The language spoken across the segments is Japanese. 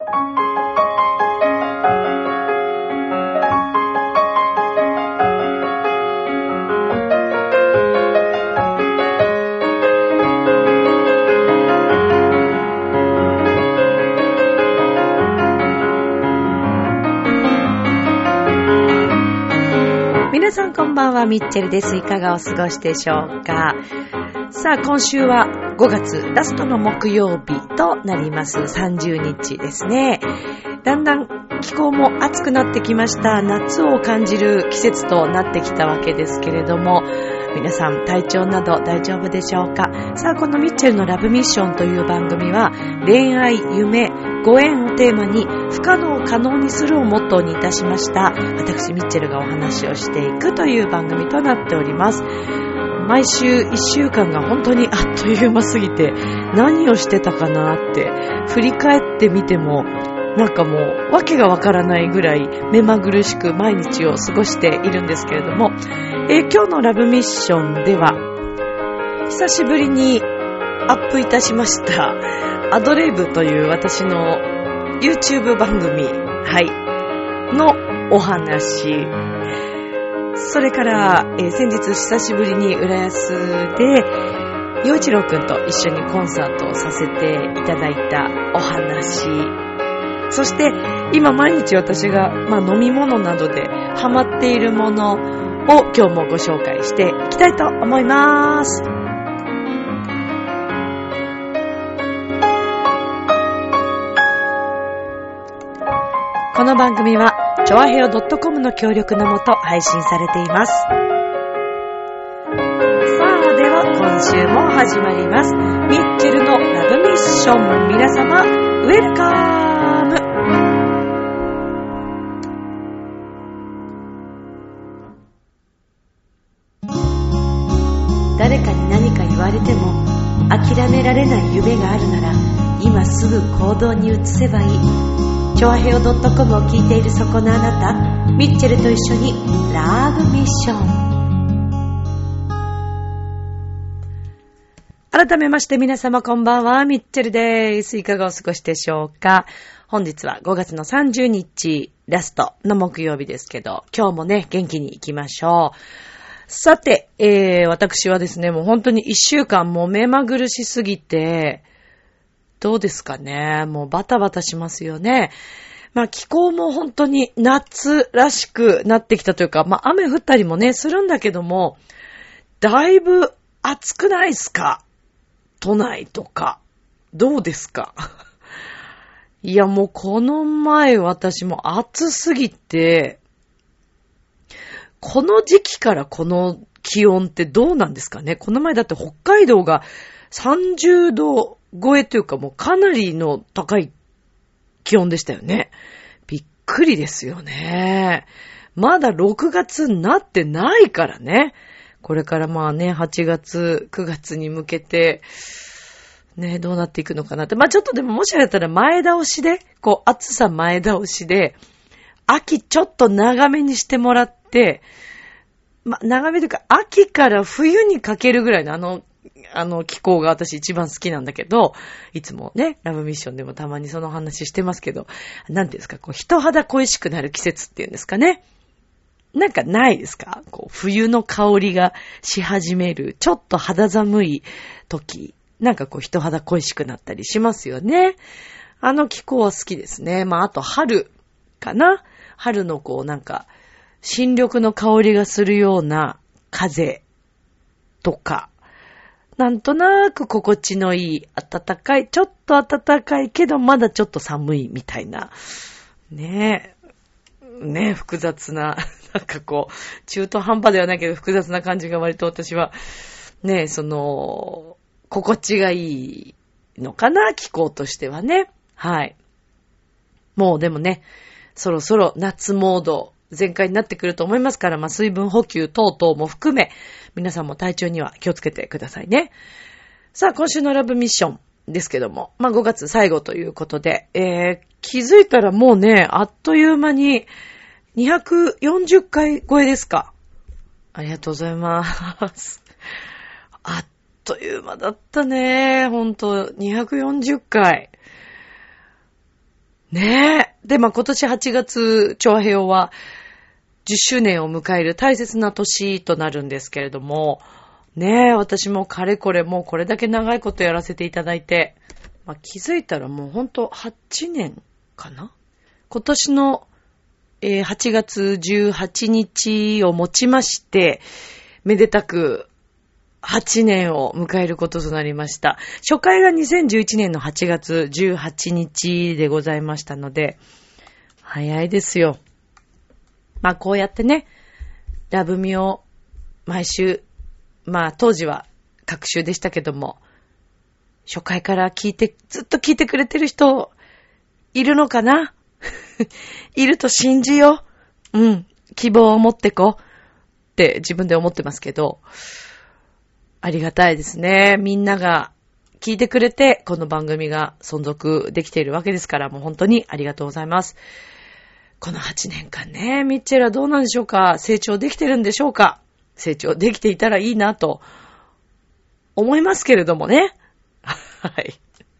皆さんこんばんは、ミッチェルです。いかがお過ごしでしょうか。さあ、今週は5月ラストの木曜日となります。30日ですね。だんだん気候も暑くなってきました。夏を感じる季節となってきたわけですけれども、皆さん体調など大丈夫でしょうか。さあ、このミッチェルのラブミッションという番組は、恋愛、夢、ご縁をテーマに不可能を可能にするをモットーにいたしました。私ミッチェルがお話をしていくという番組となっております。毎週1週間が本当にあっという間すぎて、何をしてたかなって振り返ってみてもなんかもうわけがわからないぐらい目まぐるしく毎日を過ごしているんですけれども、今日のラブミッションでは久しぶりにアップいたしましたアドレイブという私の YouTube 番組、のお話、それから、先日久しぶりに浦安で陽一郎くんと一緒にコンサートをさせていただいたお話、そして今毎日私が、飲み物などでハマっているものを今日もご紹介していきたいと思います。この番組はチョアヘオ .com の協力のもと配信されています。さあ、では今週も始まります。ミッチェルのラブミッション、皆様ウェルカム。誰かに何か言われても諦められない夢があるなら今すぐ行動に移せばいい。チョアヘオ .com を聞いているそこのあなた、ミッチェルと一緒にラブミッション。改めまして皆様こんばんは、ミッチェルです。いかがお過ごしでしょうか。本日は5月の30日ラストの木曜日ですけど、今日もね元気に行きましょう。さて、私はですね、もう本当に1週間も目まぐるしすぎて、どうですかね。もうバタバタしますよね。気候も本当に夏らしくなってきたというか、雨降ったりもね、するんだけども、だいぶ暑くないですか？都内とか。どうですか？いや、もうこの前私も暑すぎて、この時期からこの気温ってどうなんですかね。この前だって北海道が30度超えというか、もうかなりの高い気温でしたよね。びっくりですよね。まだ6月になってないからね。これから8月、9月に向けて、ね、どうなっていくのかなって。ちょっとでももしあれだったら前倒しで、暑さ前倒しで、秋ちょっと長めにしてもらって、長めというか、秋から冬にかけるぐらいの気候が私一番好きなんだけど、いつもね、ラブミッションでもたまにその話してますけど、なんていうんですか、人肌恋しくなる季節っていうんですかね。なんかないですか？冬の香りがし始める、ちょっと肌寒い時、なんか人肌恋しくなったりしますよね。気候は好きですね。あと春かな。春のなんか、新緑の香りがするような風とか、なんとなく心地のいい、暖かい、ちょっと暖かいけどまだちょっと寒いみたいな。ねえ、複雑な、なんか中途半端ではないけど複雑な感じが割と私は、ねえ、心地がいいのかな、気候としてはね。はい。もうでもね、そろそろ夏モード全開になってくると思いますから、水分補給等々も含め、皆さんも体調には気をつけてくださいね。さあ、今週のラブミッションですけども、5月最後ということで、気づいたらもうね、あっという間に240回超えですか。ありがとうございます。あっという間だったね。ほんと、240回。 ねえ。で、今年8月、チョアヘヨは10周年を迎える大切な年となるんですけれども、ねえ、私もかれこれもうこれだけ長いことやらせていただいて、気づいたらもうほんと8年かな？今年の、8月18日をもちまして、めでたく8年を迎えることとなりました。初回が2011年の8月18日でございましたので、早いですよ。こうやってね、ラブミを毎週、当時は各週でしたけども、初回からずっと聞いてくれてる人、いるのかないると信じよう。希望を持ってこうって自分で思ってますけど、ありがたいですね。みんなが聞いてくれて、この番組が存続できているわけですから、もう本当にありがとうございます。この8年間ね、ミッチェルはどうなんでしょうか？成長できてるんでしょうか？成長できていたらいいなと思いますけれどもね。はい。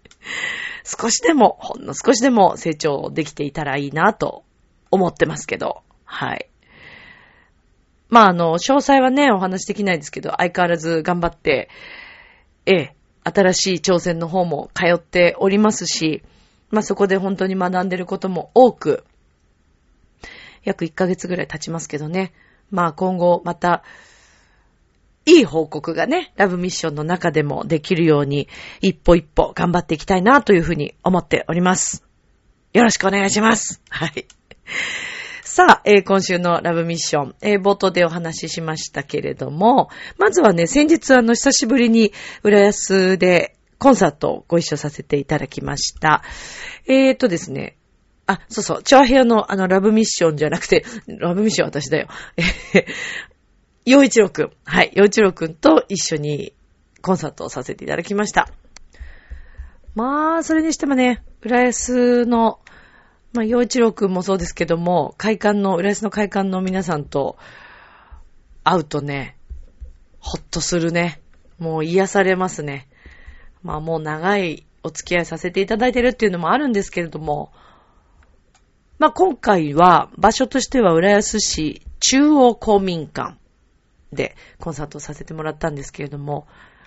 ほんの少しでも成長できていたらいいなと思ってますけど。はい。詳細はね、お話できないですけど、相変わらず頑張って、新しい挑戦の方も通っておりますし、そこで本当に学んでることも多く、約1ヶ月ぐらい経ちますけどね。今後また、いい報告がね、ラブミッションの中でもできるように、一歩一歩頑張っていきたいなというふうに思っております。よろしくお願いします。はい。さあ、今週のラブミッション、冒頭でお話ししましたけれども、まずはね、先日久しぶりに浦安でコンサートをご一緒させていただきました。ですね、チョアヘヨのラブミッションじゃなくて、ラブミッションは私だよ。陽一郎くん。はい、陽一郎くんと一緒にコンサートをさせていただきました。それにしてもね、浦安の、陽一郎くんもそうですけども、浦安の会館の皆さんと会うとね、ほっとするね。もう癒されますね。もう長いお付き合いさせていただいてるっていうのもあるんですけれども、今回は場所としては浦安市中央公民館でコンサートをさせてもらったんですけれども、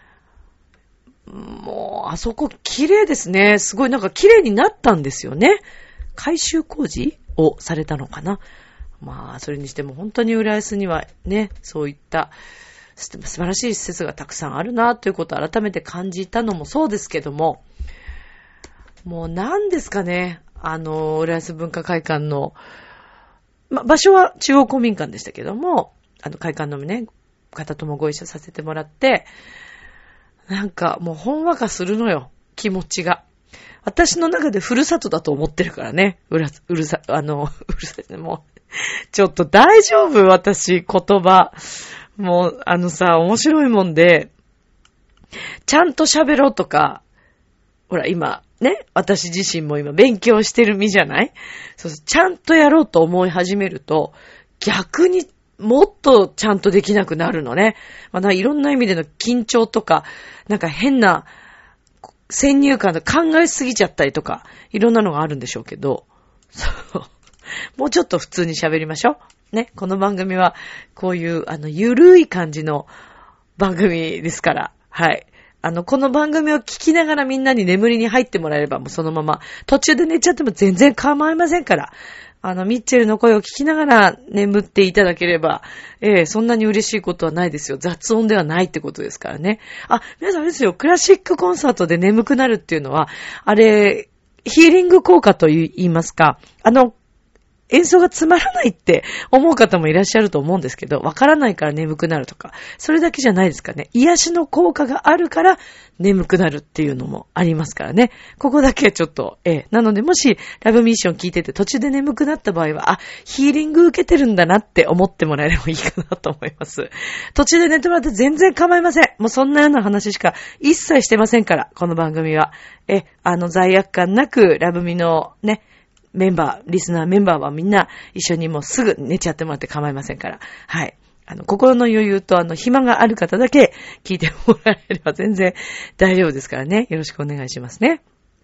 もうあそこ綺麗ですね。すごい綺麗になったんですよね。改修工事をされたのかな。それにしても本当に浦安にはね、そういった素晴らしい施設がたくさんあるなということを改めて感じたのもそうですけども、もう何ですかね、浦安文化会館の、場所は中央公民館でしたけども、会館のね、方ともご一緒させてもらって、もうほんわかするのよ、気持ちが。私の中でふるさとだと思ってるからね。うるさい。もう、ちょっと大丈夫？私、言葉。もう、面白いもんで、ちゃんと喋ろうとか、ほら、今、ね、私自身も今勉強してる身じゃない？そう、ちゃんとやろうと思い始めると、逆にもっとちゃんとできなくなるのね。いろんな意味での緊張とか、変な、先入観で考えすぎちゃったりとか、いろんなのがあるんでしょうけど、そう。もうちょっと普通に喋りましょう。ね。この番組は、こういう、ゆるい感じの番組ですから、はい。この番組を聞きながらみんなに眠りに入ってもらえれば、もうそのまま、途中で寝ちゃっても全然構いませんから、ミッチェルの声を聞きながら眠っていただければ、そんなに嬉しいことはないですよ。雑音ではないってことですからね。皆さんあれですよ、クラシックコンサートで眠くなるっていうのは、あれ、ヒーリング効果と言いますか、演奏がつまらないって思う方もいらっしゃると思うんですけど、わからないから眠くなるとか、それだけじゃないですかね。癒しの効果があるから眠くなるっていうのもありますからね。ここだけちょっと、なのでもしラブミッション聞いてて途中で眠くなった場合は、ヒーリング受けてるんだなって思ってもらえればいいかなと思います。途中で寝てもらって全然構いません。もうそんなような話しか一切してませんから、この番組は。罪悪感なくラブミのね、リスナーメンバーはみんな一緒にもうすぐ寝ちゃってもらって構いませんから。はい。心の余裕と暇がある方だけ聞いてもらえれば全然大丈夫ですからね。よろしくお願いしますね。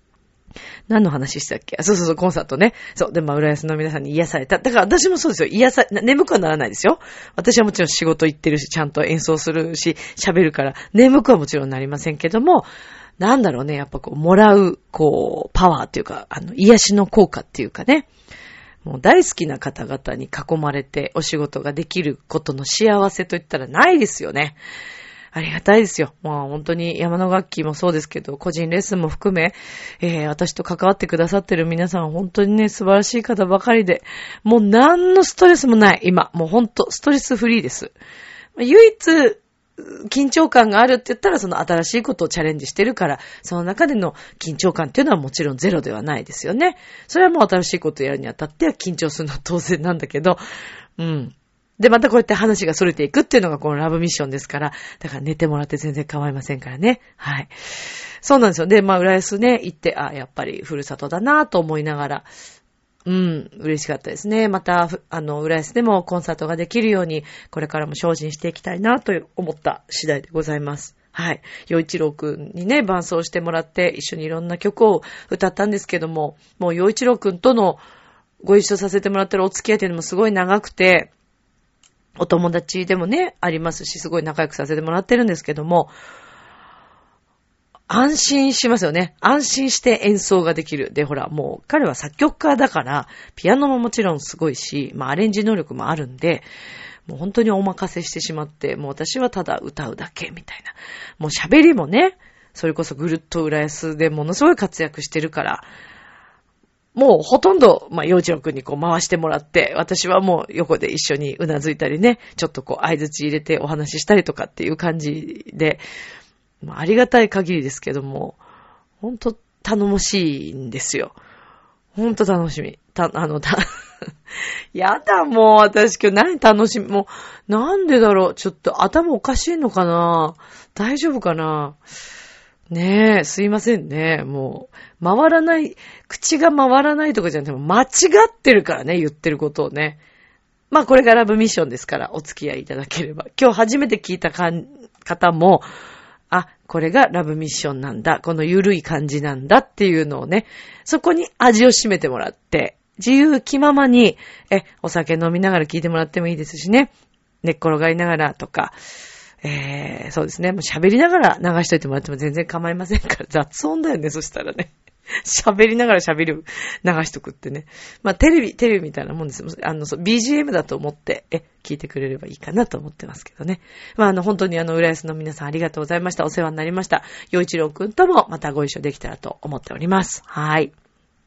何の話したっけ？そう、コンサートね。そう。で、浦安の皆さんに癒された。だから私もそうですよ。眠くはならないですよ。私はもちろん仕事行ってるし、ちゃんと演奏するし、喋るから、眠くはもちろんなりませんけども、なんだろうね、やっぱもらう、パワーっていうか、癒しの効果っていうかね。もう大好きな方々に囲まれてお仕事ができることの幸せといったらないですよね。ありがたいですよ。まあ本当に山の楽器もそうですけど、個人レッスンも含め、私と関わってくださってる皆さん本当にね、素晴らしい方ばかりで、もう何のストレスもない、今。もう本当、ストレスフリーです。唯一、緊張感があるって言ったらその新しいことをチャレンジしてるから、その中での緊張感っていうのはもちろんゼロではないですよね。それはもう新しいことをやるにあたっては緊張するのは当然なんだけど、で、またこうやって話が逸れていくっていうのがこのラブミッションですから、だから寝てもらって全然構いませんからね。はい。そうなんですよ。で、浦安ね、行って、やっぱりふるさとだなと思いながら、嬉しかったですね。また、浦安でもコンサートができるように、これからも精進していきたいなと思った次第でございます。はい。陽一郎くんにね、伴奏してもらって、一緒にいろんな曲を歌ったんですけども、もう陽一郎くんとのご一緒させてもらってるお付き合いっていうのもすごい長くて、お友達でもね、ありますし、すごい仲良くさせてもらってるんですけども、安心しますよね。安心して演奏ができる。で、ほら、もう彼は作曲家だから、ピアノももちろんすごいし、アレンジ能力もあるんで、もう本当にお任せしてしまって、もう私はただ歌うだけみたいな。もう喋りもね、それこそぐるっと浦安でものすごい活躍してるから、もうほとんど、陽一郎くんに回してもらって、私はもう横で一緒にうなずいたりね、ちょっと相槌入れてお話ししたりとかっていう感じで、ありがたい限りですけども、ほんと頼もしいんですよ。ほんと楽しみ。やだ、もう私今日何楽しみ、もう、なんでだろう、ちょっと頭おかしいのかな？大丈夫かな？ねえ、すいませんね。もう、回らない、口が回らないとかじゃなくても間違ってるからね、言ってることをね。これがラブミッションですから、お付き合いいただければ。今日初めて聞いた方も、これがラブミッションなんだ。このゆるい感じなんだっていうのをね、そこに味を占めてもらって、自由気ままに、お酒飲みながら聞いてもらってもいいですしね。寝っ転がりながらとか、そうですね。もう喋りながら流しといてもらっても全然構いませんから。雑音だよね、そしたらね。喋りながら喋る、流しとくってね。テレビみたいなもんです。BGM だと思って、聞いてくれればいいかなと思ってますけどね。本当に浦安の皆さんありがとうございました。お世話になりました。陽一郎くんともまたご一緒できたらと思っております。はい。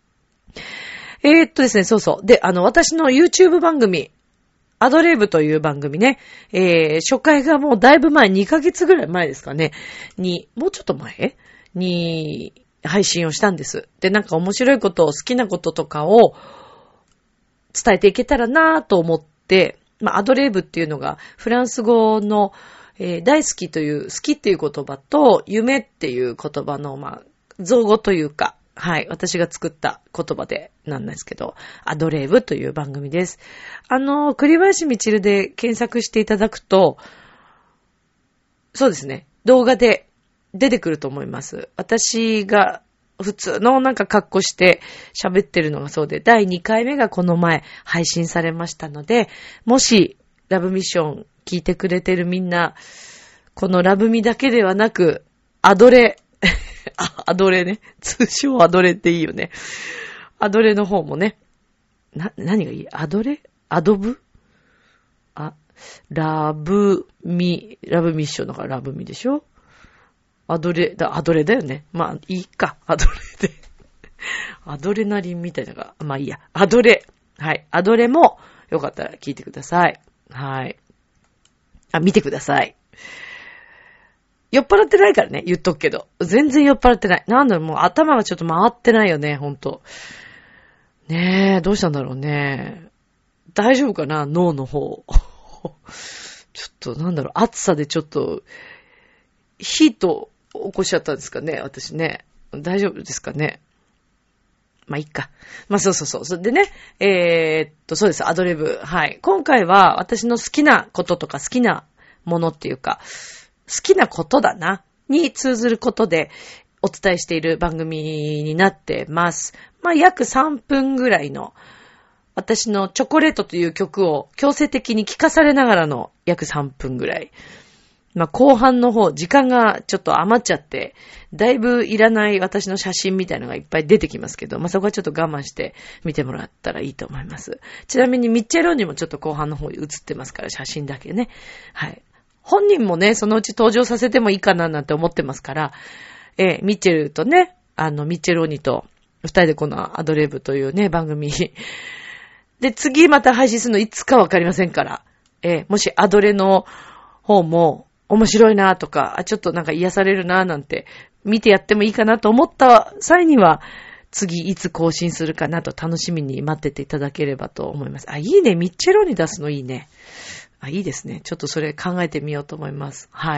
ですね、そうそう。で、私の YouTube 番組、アドレイブという番組ね、初回がもうだいぶ前、2ヶ月ぐらい前ですかね、もうちょっと前に配信をしたんです。で、なんか面白いことを、好きなこととかを伝えていけたらなぁと思って、アドレイブっていうのがフランス語の、大好きという、好きっていう言葉と、夢っていう言葉の、造語というか、はい。私が作った言葉でなんですけど、アドレイブという番組です。栗林みちるで検索していただくと、そうですね。動画で出てくると思います。私が普通の格好して喋ってるのがそうで、第2回目がこの前配信されましたので、もしラブミッション聞いてくれてるみんな、このラブミだけではなく、アドレね。通称アドレっていいよね。アドレの方もね。何がいい？アドレ？アドブ？ラブミッションだからラブミでしょ？アドレだよね。いいか。アドレで。アドレナリンみたいなのが。いいや。アドレ。はい。アドレもよかったら聞いてください。はい。見てください。酔っ払ってないからね、言っとくけど。全然酔っ払ってない。もう頭がちょっと回ってないよね、ほんと。ねえ、どうしたんだろうね。大丈夫かな、脳の方。ちょっと暑さでちょっと、ヒート起こしちゃったんですかね、私ね。大丈夫ですかね。いいか。そう。それでね、そうです、アドレブ。はい。今回は私の好きなこととか好きなものっていうか、好きなことだな、に通ずることでお伝えしている番組になってます。約3分ぐらいの私のチョコレートという曲を強制的に聴かされながらの約3分ぐらい。後半の方、時間がちょっと余っちゃって、だいぶいらない私の写真みたいなのがいっぱい出てきますけど、そこはちょっと我慢して見てもらったらいいと思います。ちなみにミッチェロにもちょっと後半の方に映ってますから、写真だけね。はい。本人もね、そのうち登場させてもいいかななんて思ってますから、ミッチェルとね、ミッチェロニと二人でこのアドレブというね、番組。で、次また配信するのいつかわかりませんから、もしアドレの方も面白いなとか、ちょっとなんか癒されるななんて見てやってもいいかなと思った際には、次いつ更新するかなと楽しみに待ってていただければと思います。いいね。ミッチェロに出すのいいね。いいですね。ちょっとそれ考えてみようと思います。はい。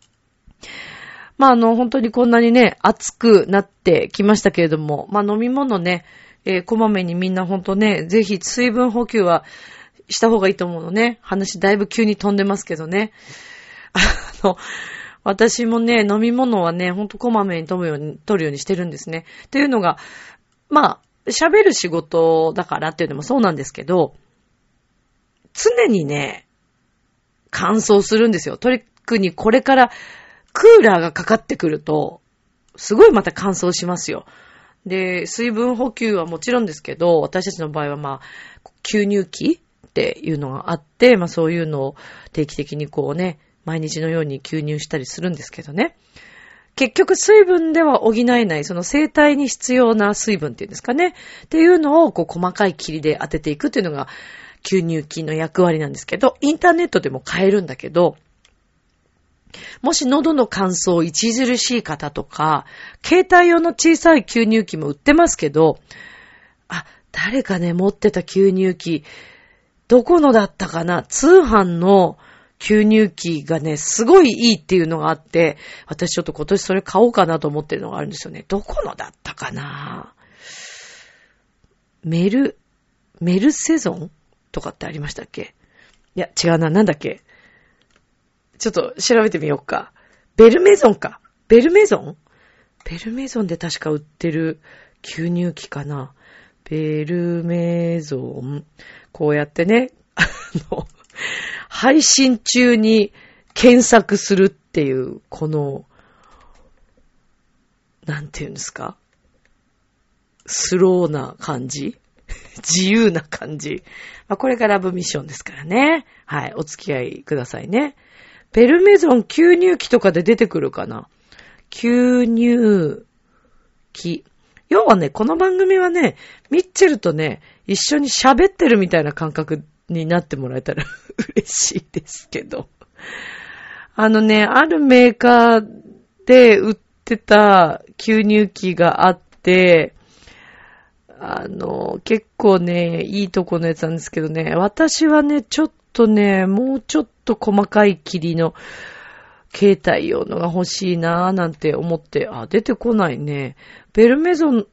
本当にこんなにね、暑くなってきましたけれども、飲み物ね、こまめにみんな本当ね、ぜひ水分補給はした方がいいと思うのね。話だいぶ急に飛んでますけどね。私もね、飲み物はね、ほんとこまめに取るようにしてるんですね。っていうのが、喋る仕事だからっていうのもそうなんですけど、常にね、乾燥するんですよ。特にこれからクーラーがかかってくると、すごいまた乾燥しますよ。で、水分補給はもちろんですけど、私たちの場合は吸入器っていうのがあって、そういうのを定期的にこうね、毎日のように吸入したりするんですけどね。結局水分では補えない、その生体に必要な水分っていうんですかね。っていうのを細かい霧で当てていくっていうのが吸入器の役割なんですけど、インターネットでも買えるんだけど、もし喉の乾燥著しい方とか、携帯用の小さい吸入器も売ってますけど、誰かね、持ってた吸入器、どこのだったかな？通販の吸入器がね、すごいいいっていうのがあって、私ちょっと今年それ買おうかなと思ってるのがあるんですよね。どこのだったかな？メルセゾンとかってありましたっけ？いや、違うな。なんだっけ？ちょっと調べてみようか。ベルメゾンか。ベルメゾンで確か売ってる吸入器かな。ベルメゾン。こうやってね、配信中に検索するっていう、この、なんていうんですか？スローな感じ自由な感じ。これがラブミッションですからね。はい、お付き合いくださいね。ベルメゾン吸入器とかで出てくるかな？吸入器。要はね、この番組はね、ミッチェルとね、一緒に喋ってるみたいな感覚になってもらえたら嬉しいですけど。あるメーカーで売ってた吸入器があって、結構ね、いいとこのやつなんですけどね、私はね、ちょっとね、もうちょっと細かい霧の携帯用のが欲しいなーなんて思って、出てこないね。ベルメゾン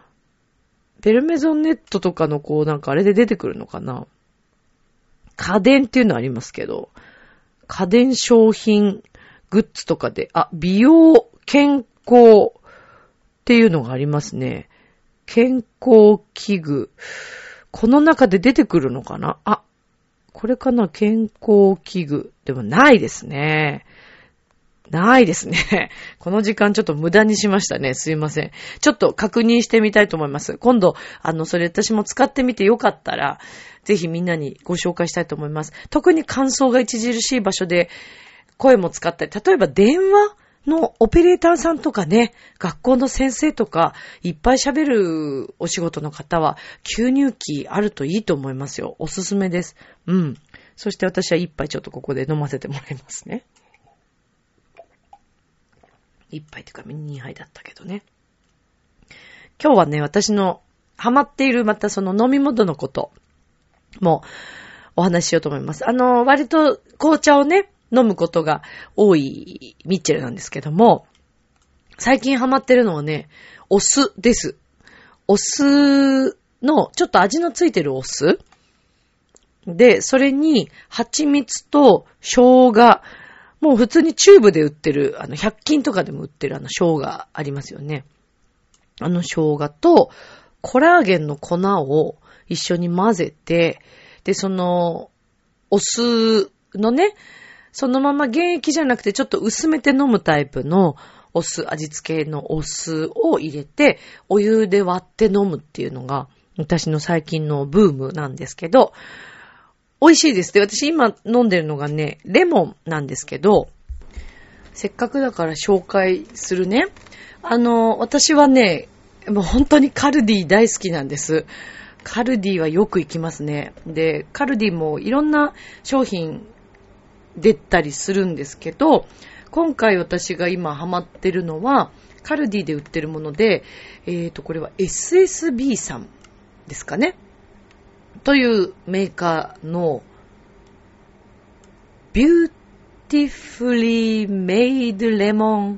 ネットとかのなんかあれで出てくるのかな？家電っていうのありますけど、家電商品グッズとかで、美容健康っていうのがありますね。健康器具。この中で出てくるのかな？これかな？健康器具。でもないですね。ないですね。この時間ちょっと無駄にしましたね。すいません。ちょっと確認してみたいと思います。今度、それ私も使ってみてよかったら、ぜひみんなにご紹介したいと思います。特に乾燥が著しい場所で声も使ったり、例えば電話のオペレーターさんとかね、学校の先生とか、いっぱい喋るお仕事の方は、吸入器あるといいと思いますよ。おすすめです。うん。そして私は一杯ちょっとここで飲ませてもらいますね。一杯というか2杯だったけどね。今日はね、私のハマっているまたその飲み物のこともお話ししようと思います。割と紅茶をね、飲むことが多いミッチェルなんですけども、最近ハマってるのはね、お酢です。お酢のちょっと味のついてるお酢で、それに蜂蜜と生姜、 もう普通にチューブで売ってる、100均とかでも売ってる生姜ありますよね。生姜とコラーゲンの粉を一緒に混ぜて、で、お酢のね、そのまま原液じゃなくてちょっと薄めて飲むタイプのお酢、味付けのお酢を入れて、お湯で割って飲むっていうのが、私の最近のブームなんですけど、美味しいです。で、私今飲んでるのがね、レモンなんですけど、せっかくだから紹介するね。私はね、もう本当にカルディ大好きなんです。カルディはよく行きますね。で、カルディもいろんな商品出たりするんですけど、今回私が今ハマってるのは、カルディで売ってるもので、これは SSB さんですかね。というメーカーの Beautifully Made Lemon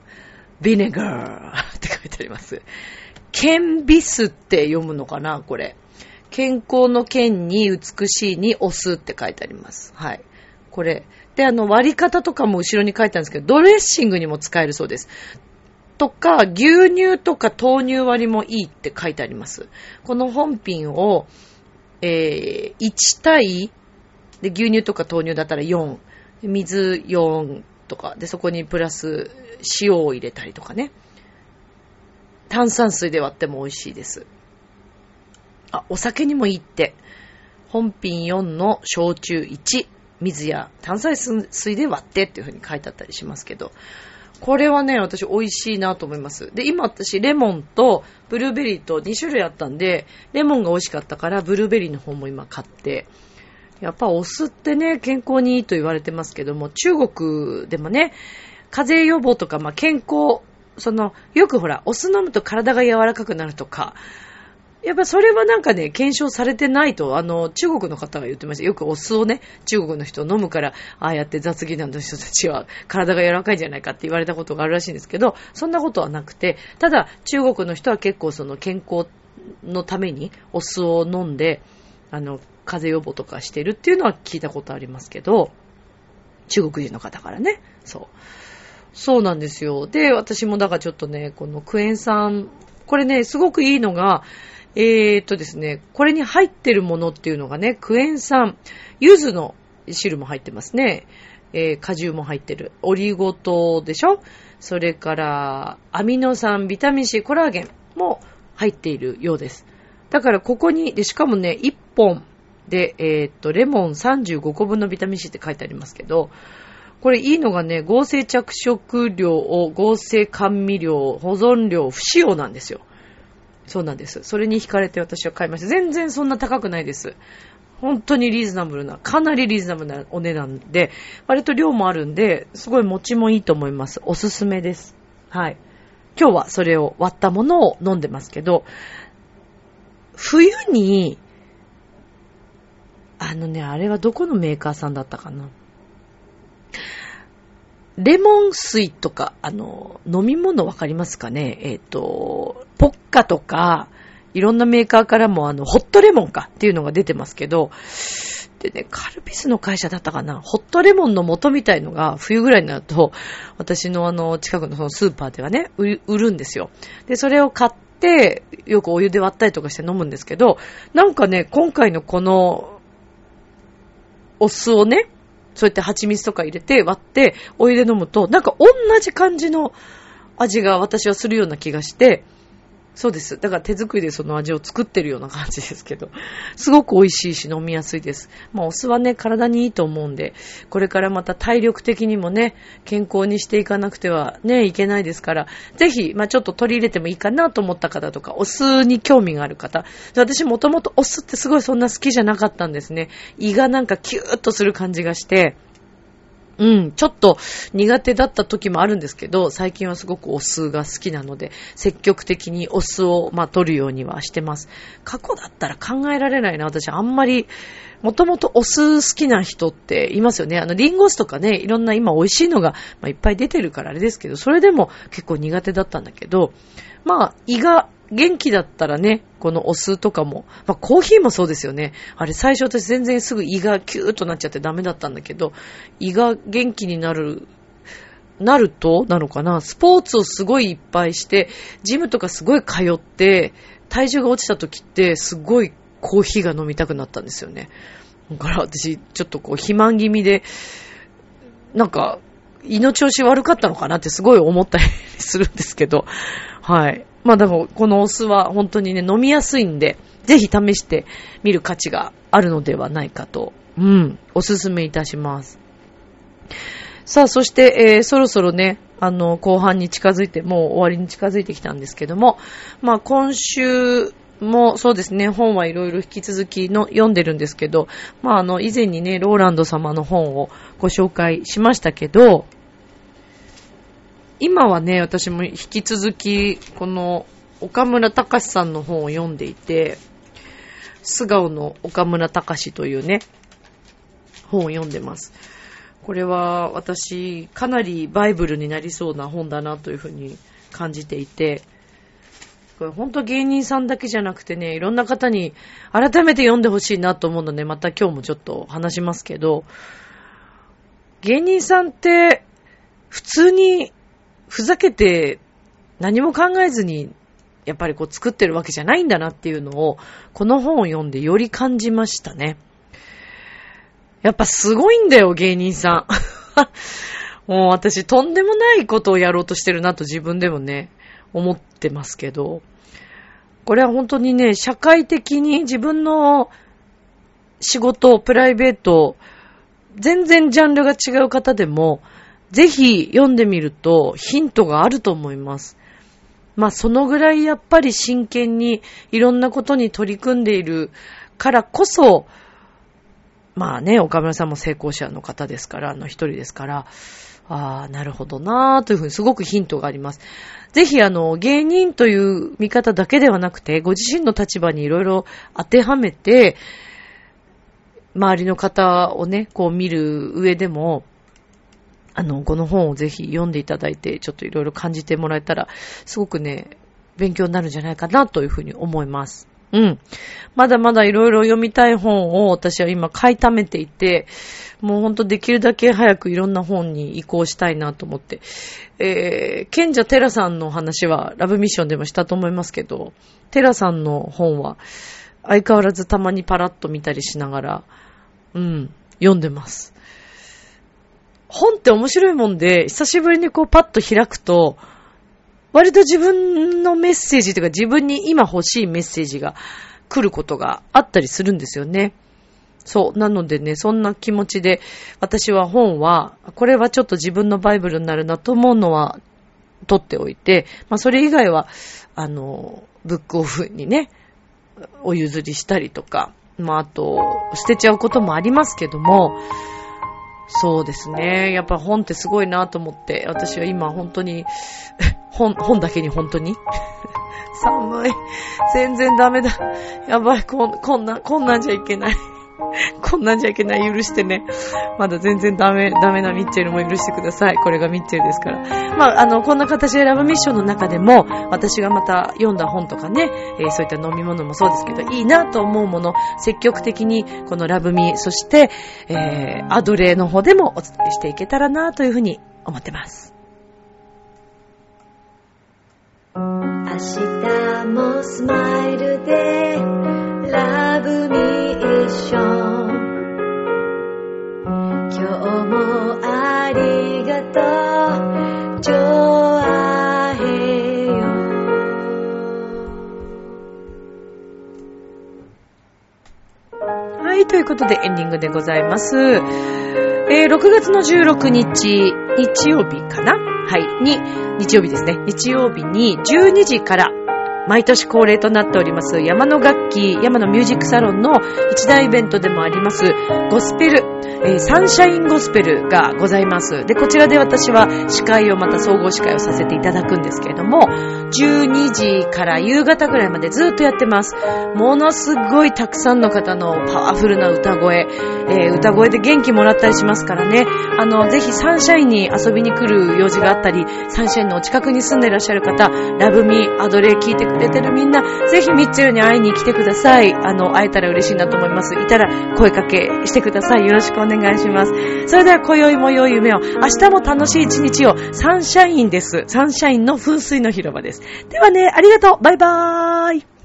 Vinegar って書いてあります。ケンビスって読むのかなこれ。健康の健に美しいにお酢って書いてあります。はい。これ。で、割り方とかも後ろに書いてあるんですけど、ドレッシングにも使えるそうです。とか、牛乳とか豆乳割りもいいって書いてあります。この本品を、1対、で、牛乳とか豆乳だったら4、水4とか、で、そこにプラス塩を入れたりとかね。炭酸水で割っても美味しいです。お酒にもいいって。本品4の焼酎1、水や炭酸水で割ってっていう風に書いてあったりしますけど、これはね、私美味しいなと思います。で、今私レモンとブルーベリーと2種類あったんで、レモンが美味しかったからブルーベリーの方も今買って、やっぱお酢ってね、健康にいいと言われてますけども、中国でもね、風邪予防とか、健康、よくほら、お酢飲むと体が柔らかくなるとか、やっぱそれはなんかね、検証されてないと、中国の方が言ってました。よくお酢をね、中国の人飲むから、ああやって雑技団の人たちは体が柔らかいんじゃないかって言われたことがあるらしいんですけど、そんなことはなくて、ただ中国の人は結構健康のためにお酢を飲んで、風邪予防とかしてるっていうのは聞いたことありますけど、中国人の方からね、そうなんですよ。で、私もだからちょっとね、このクエン酸、これね、すごくいいのが、ですね、これに入ってるものっていうのがね、クエン酸、柚子の汁も入ってますね。果汁も入ってる。オリゴ糖でしょ？それから、アミノ酸、ビタミン C、コラーゲンも入っているようです。だからここに、で、しかもね、1本で、レモン35個分のビタミン C って書いてありますけど、これいいのがね、合成着色料、合成甘味料、保存料、不使用なんですよ。そうなんです。それに惹かれて私は買いました。全然そんな高くないです。本当にリーズナブルな、かなりリーズナブルなお値段で、割と量もあるんで、すごい持ちもいいと思います。おすすめです。はい。今日はそれを割ったものを飲んでますけど、冬に、あれはどこのメーカーさんだったかな。レモン水とか、飲み物わかりますかね？ポッカとか、いろんなメーカーからもホットレモンかっていうのが出てますけど、でね、カルピスの会社だったかな、ホットレモンの素みたいのが冬ぐらいになると、私の近くのそのスーパーではね、売るんですよ。で、それを買って、よくお湯で割ったりとかして飲むんですけど、なんかね、今回のこの、お酢をね、そうやって蜂蜜とか入れて割ってお湯で飲むと、なんか同じ感じの味が私はするような気がして、そうです。だから手作りでその味を作ってるような感じですけど、すごく美味しいし飲みやすいです。お酢はね、体にいいと思うんで、これからまた体力的にもね、健康にしていかなくてはね、いけないですから、ぜひ、ちょっと取り入れてもいいかなと思った方とか、お酢に興味がある方、私もともとお酢ってすごいそんな好きじゃなかったんですね。胃がなんかキューッとする感じがして、ちょっと苦手だった時もあるんですけど、最近はすごくお酢が好きなので、積極的にお酢を取るようにはしてます。過去だったら考えられないな。私あんまり、もともとお酢好きな人っていますよね。リンゴ酢とかね、いろんな今美味しいのが、いっぱい出てるからあれですけど、それでも結構苦手だったんだけど、胃が元気だったらね、このお酢とかも、コーヒーもそうですよね。あれ最初私全然すぐ胃がキューッとなっちゃってダメだったんだけど、胃が元気になるなるとなのかな、スポーツをすごいいっぱいして、ジムとかすごい通って、体重が落ちた時ってすごいコーヒーが飲みたくなったんですよね。だから私ちょっと肥満気味で、なんか胃の調子悪かったのかなってすごい思ったりするんですけど、はい。でもこのお酢は本当にね、飲みやすいんで、ぜひ試してみる価値があるのではないかと、おすすめいたします。さあ、そして、そろそろね、後半に近づいて、もう終わりに近づいてきたんですけども、今週もそうですね、本はいろいろ引き続きの読んでるんですけど、以前にね、ローランド様の本をご紹介しましたけど、今はね、私も引き続き、この岡村隆史さんの本を読んでいて、素顔の岡村隆史というね、本を読んでます。これは私、かなりバイブルになりそうな本だなというふうに感じていて、これ本当芸人さんだけじゃなくてね、いろんな方に改めて読んでほしいなと思うので、また今日もちょっと話しますけど、芸人さんって普通にふざけて何も考えずにやっぱり作ってるわけじゃないんだなっていうのをこの本を読んでより感じましたね。やっぱすごいんだよ、芸人さん。もう私とんでもないことをやろうとしてるなと自分でもね、思ってますけど、これは本当にね、社会的に自分の仕事、プライベート、全然ジャンルが違う方でも、ぜひ読んでみるとヒントがあると思います。そのぐらいやっぱり真剣にいろんなことに取り組んでいるからこそ、岡村さんも成功者の方ですから、一人ですから、なるほどなぁというふうにすごくヒントがあります。ぜひ芸人という見方だけではなくて、ご自身の立場にいろいろ当てはめて、周りの方をね、見る上でも、この本をぜひ読んでいただいて、ちょっといろいろ感じてもらえたら、すごくね、勉強になるんじゃないかなというふうに思います。まだまだいろいろ読みたい本を私は今買い溜めていて、もうほんとできるだけ早くいろんな本に移行したいなと思って。賢者テラさんの話はラブミッションでもしたと思いますけど、テラさんの本は相変わらずたまにパラッと見たりしながら、読んでます。本って面白いもんで、久しぶりにパッと開くと、割と自分のメッセージというか自分に今欲しいメッセージが来ることがあったりするんですよね。そう。なのでね、そんな気持ちで私は本は、これはちょっと自分のバイブルになるなと思うのは取っておいて、それ以外は、ブックオフにね、お譲りしたりとか、あと、捨てちゃうこともありますけども、そうですね。やっぱ本ってすごいなと思って、私は今本当に、本だけに本当に寒い。全然ダメだ。やばい、こんなんじゃいけない。こんなんじゃいけない。許してね。まだ全然ダメなミッチェルも許してください。これがミッチェルですから。こんな形でラブミッションの中でも、私がまた読んだ本とかね、そういった飲み物もそうですけど、いいなと思うもの、積極的にこのラブミ、そして、アドレの方でもお伝えしていけたらなというふうに思ってます。 明日もスマイルでラブミッション、今日もありがとうジョアヘヨ。 はい、ということでエンディングでございます。6月の16日日曜日かな、日曜日ですね。日曜日に12時から毎年恒例となっております山の楽器、山のミュージックサロンの一大イベントでもありますゴスペル、サンシャインゴスペルがございます。で、こちらで私は司会をまた総合司会をさせていただくんですけれども、12時から夕方ぐらいまでずっとやってます。ものすごいたくさんの方のパワフルな歌声、歌声で元気もらったりしますからね。ぜひサンシャインに遊びに来る用事があったり、サンシャインのお近くに住んでいらっしゃる方、ラブミーアドレ聞いてくくれてるみんな、ぜひミッチェルに会いに来てください。会えたら嬉しいなと思います。いたら声かけしてください。よろしくお願いします。それでは今宵も良い夢を。明日も楽しい一日を。サンシャインです。サンシャインの噴水の広場です。ではね、ありがとう。バイバーイ。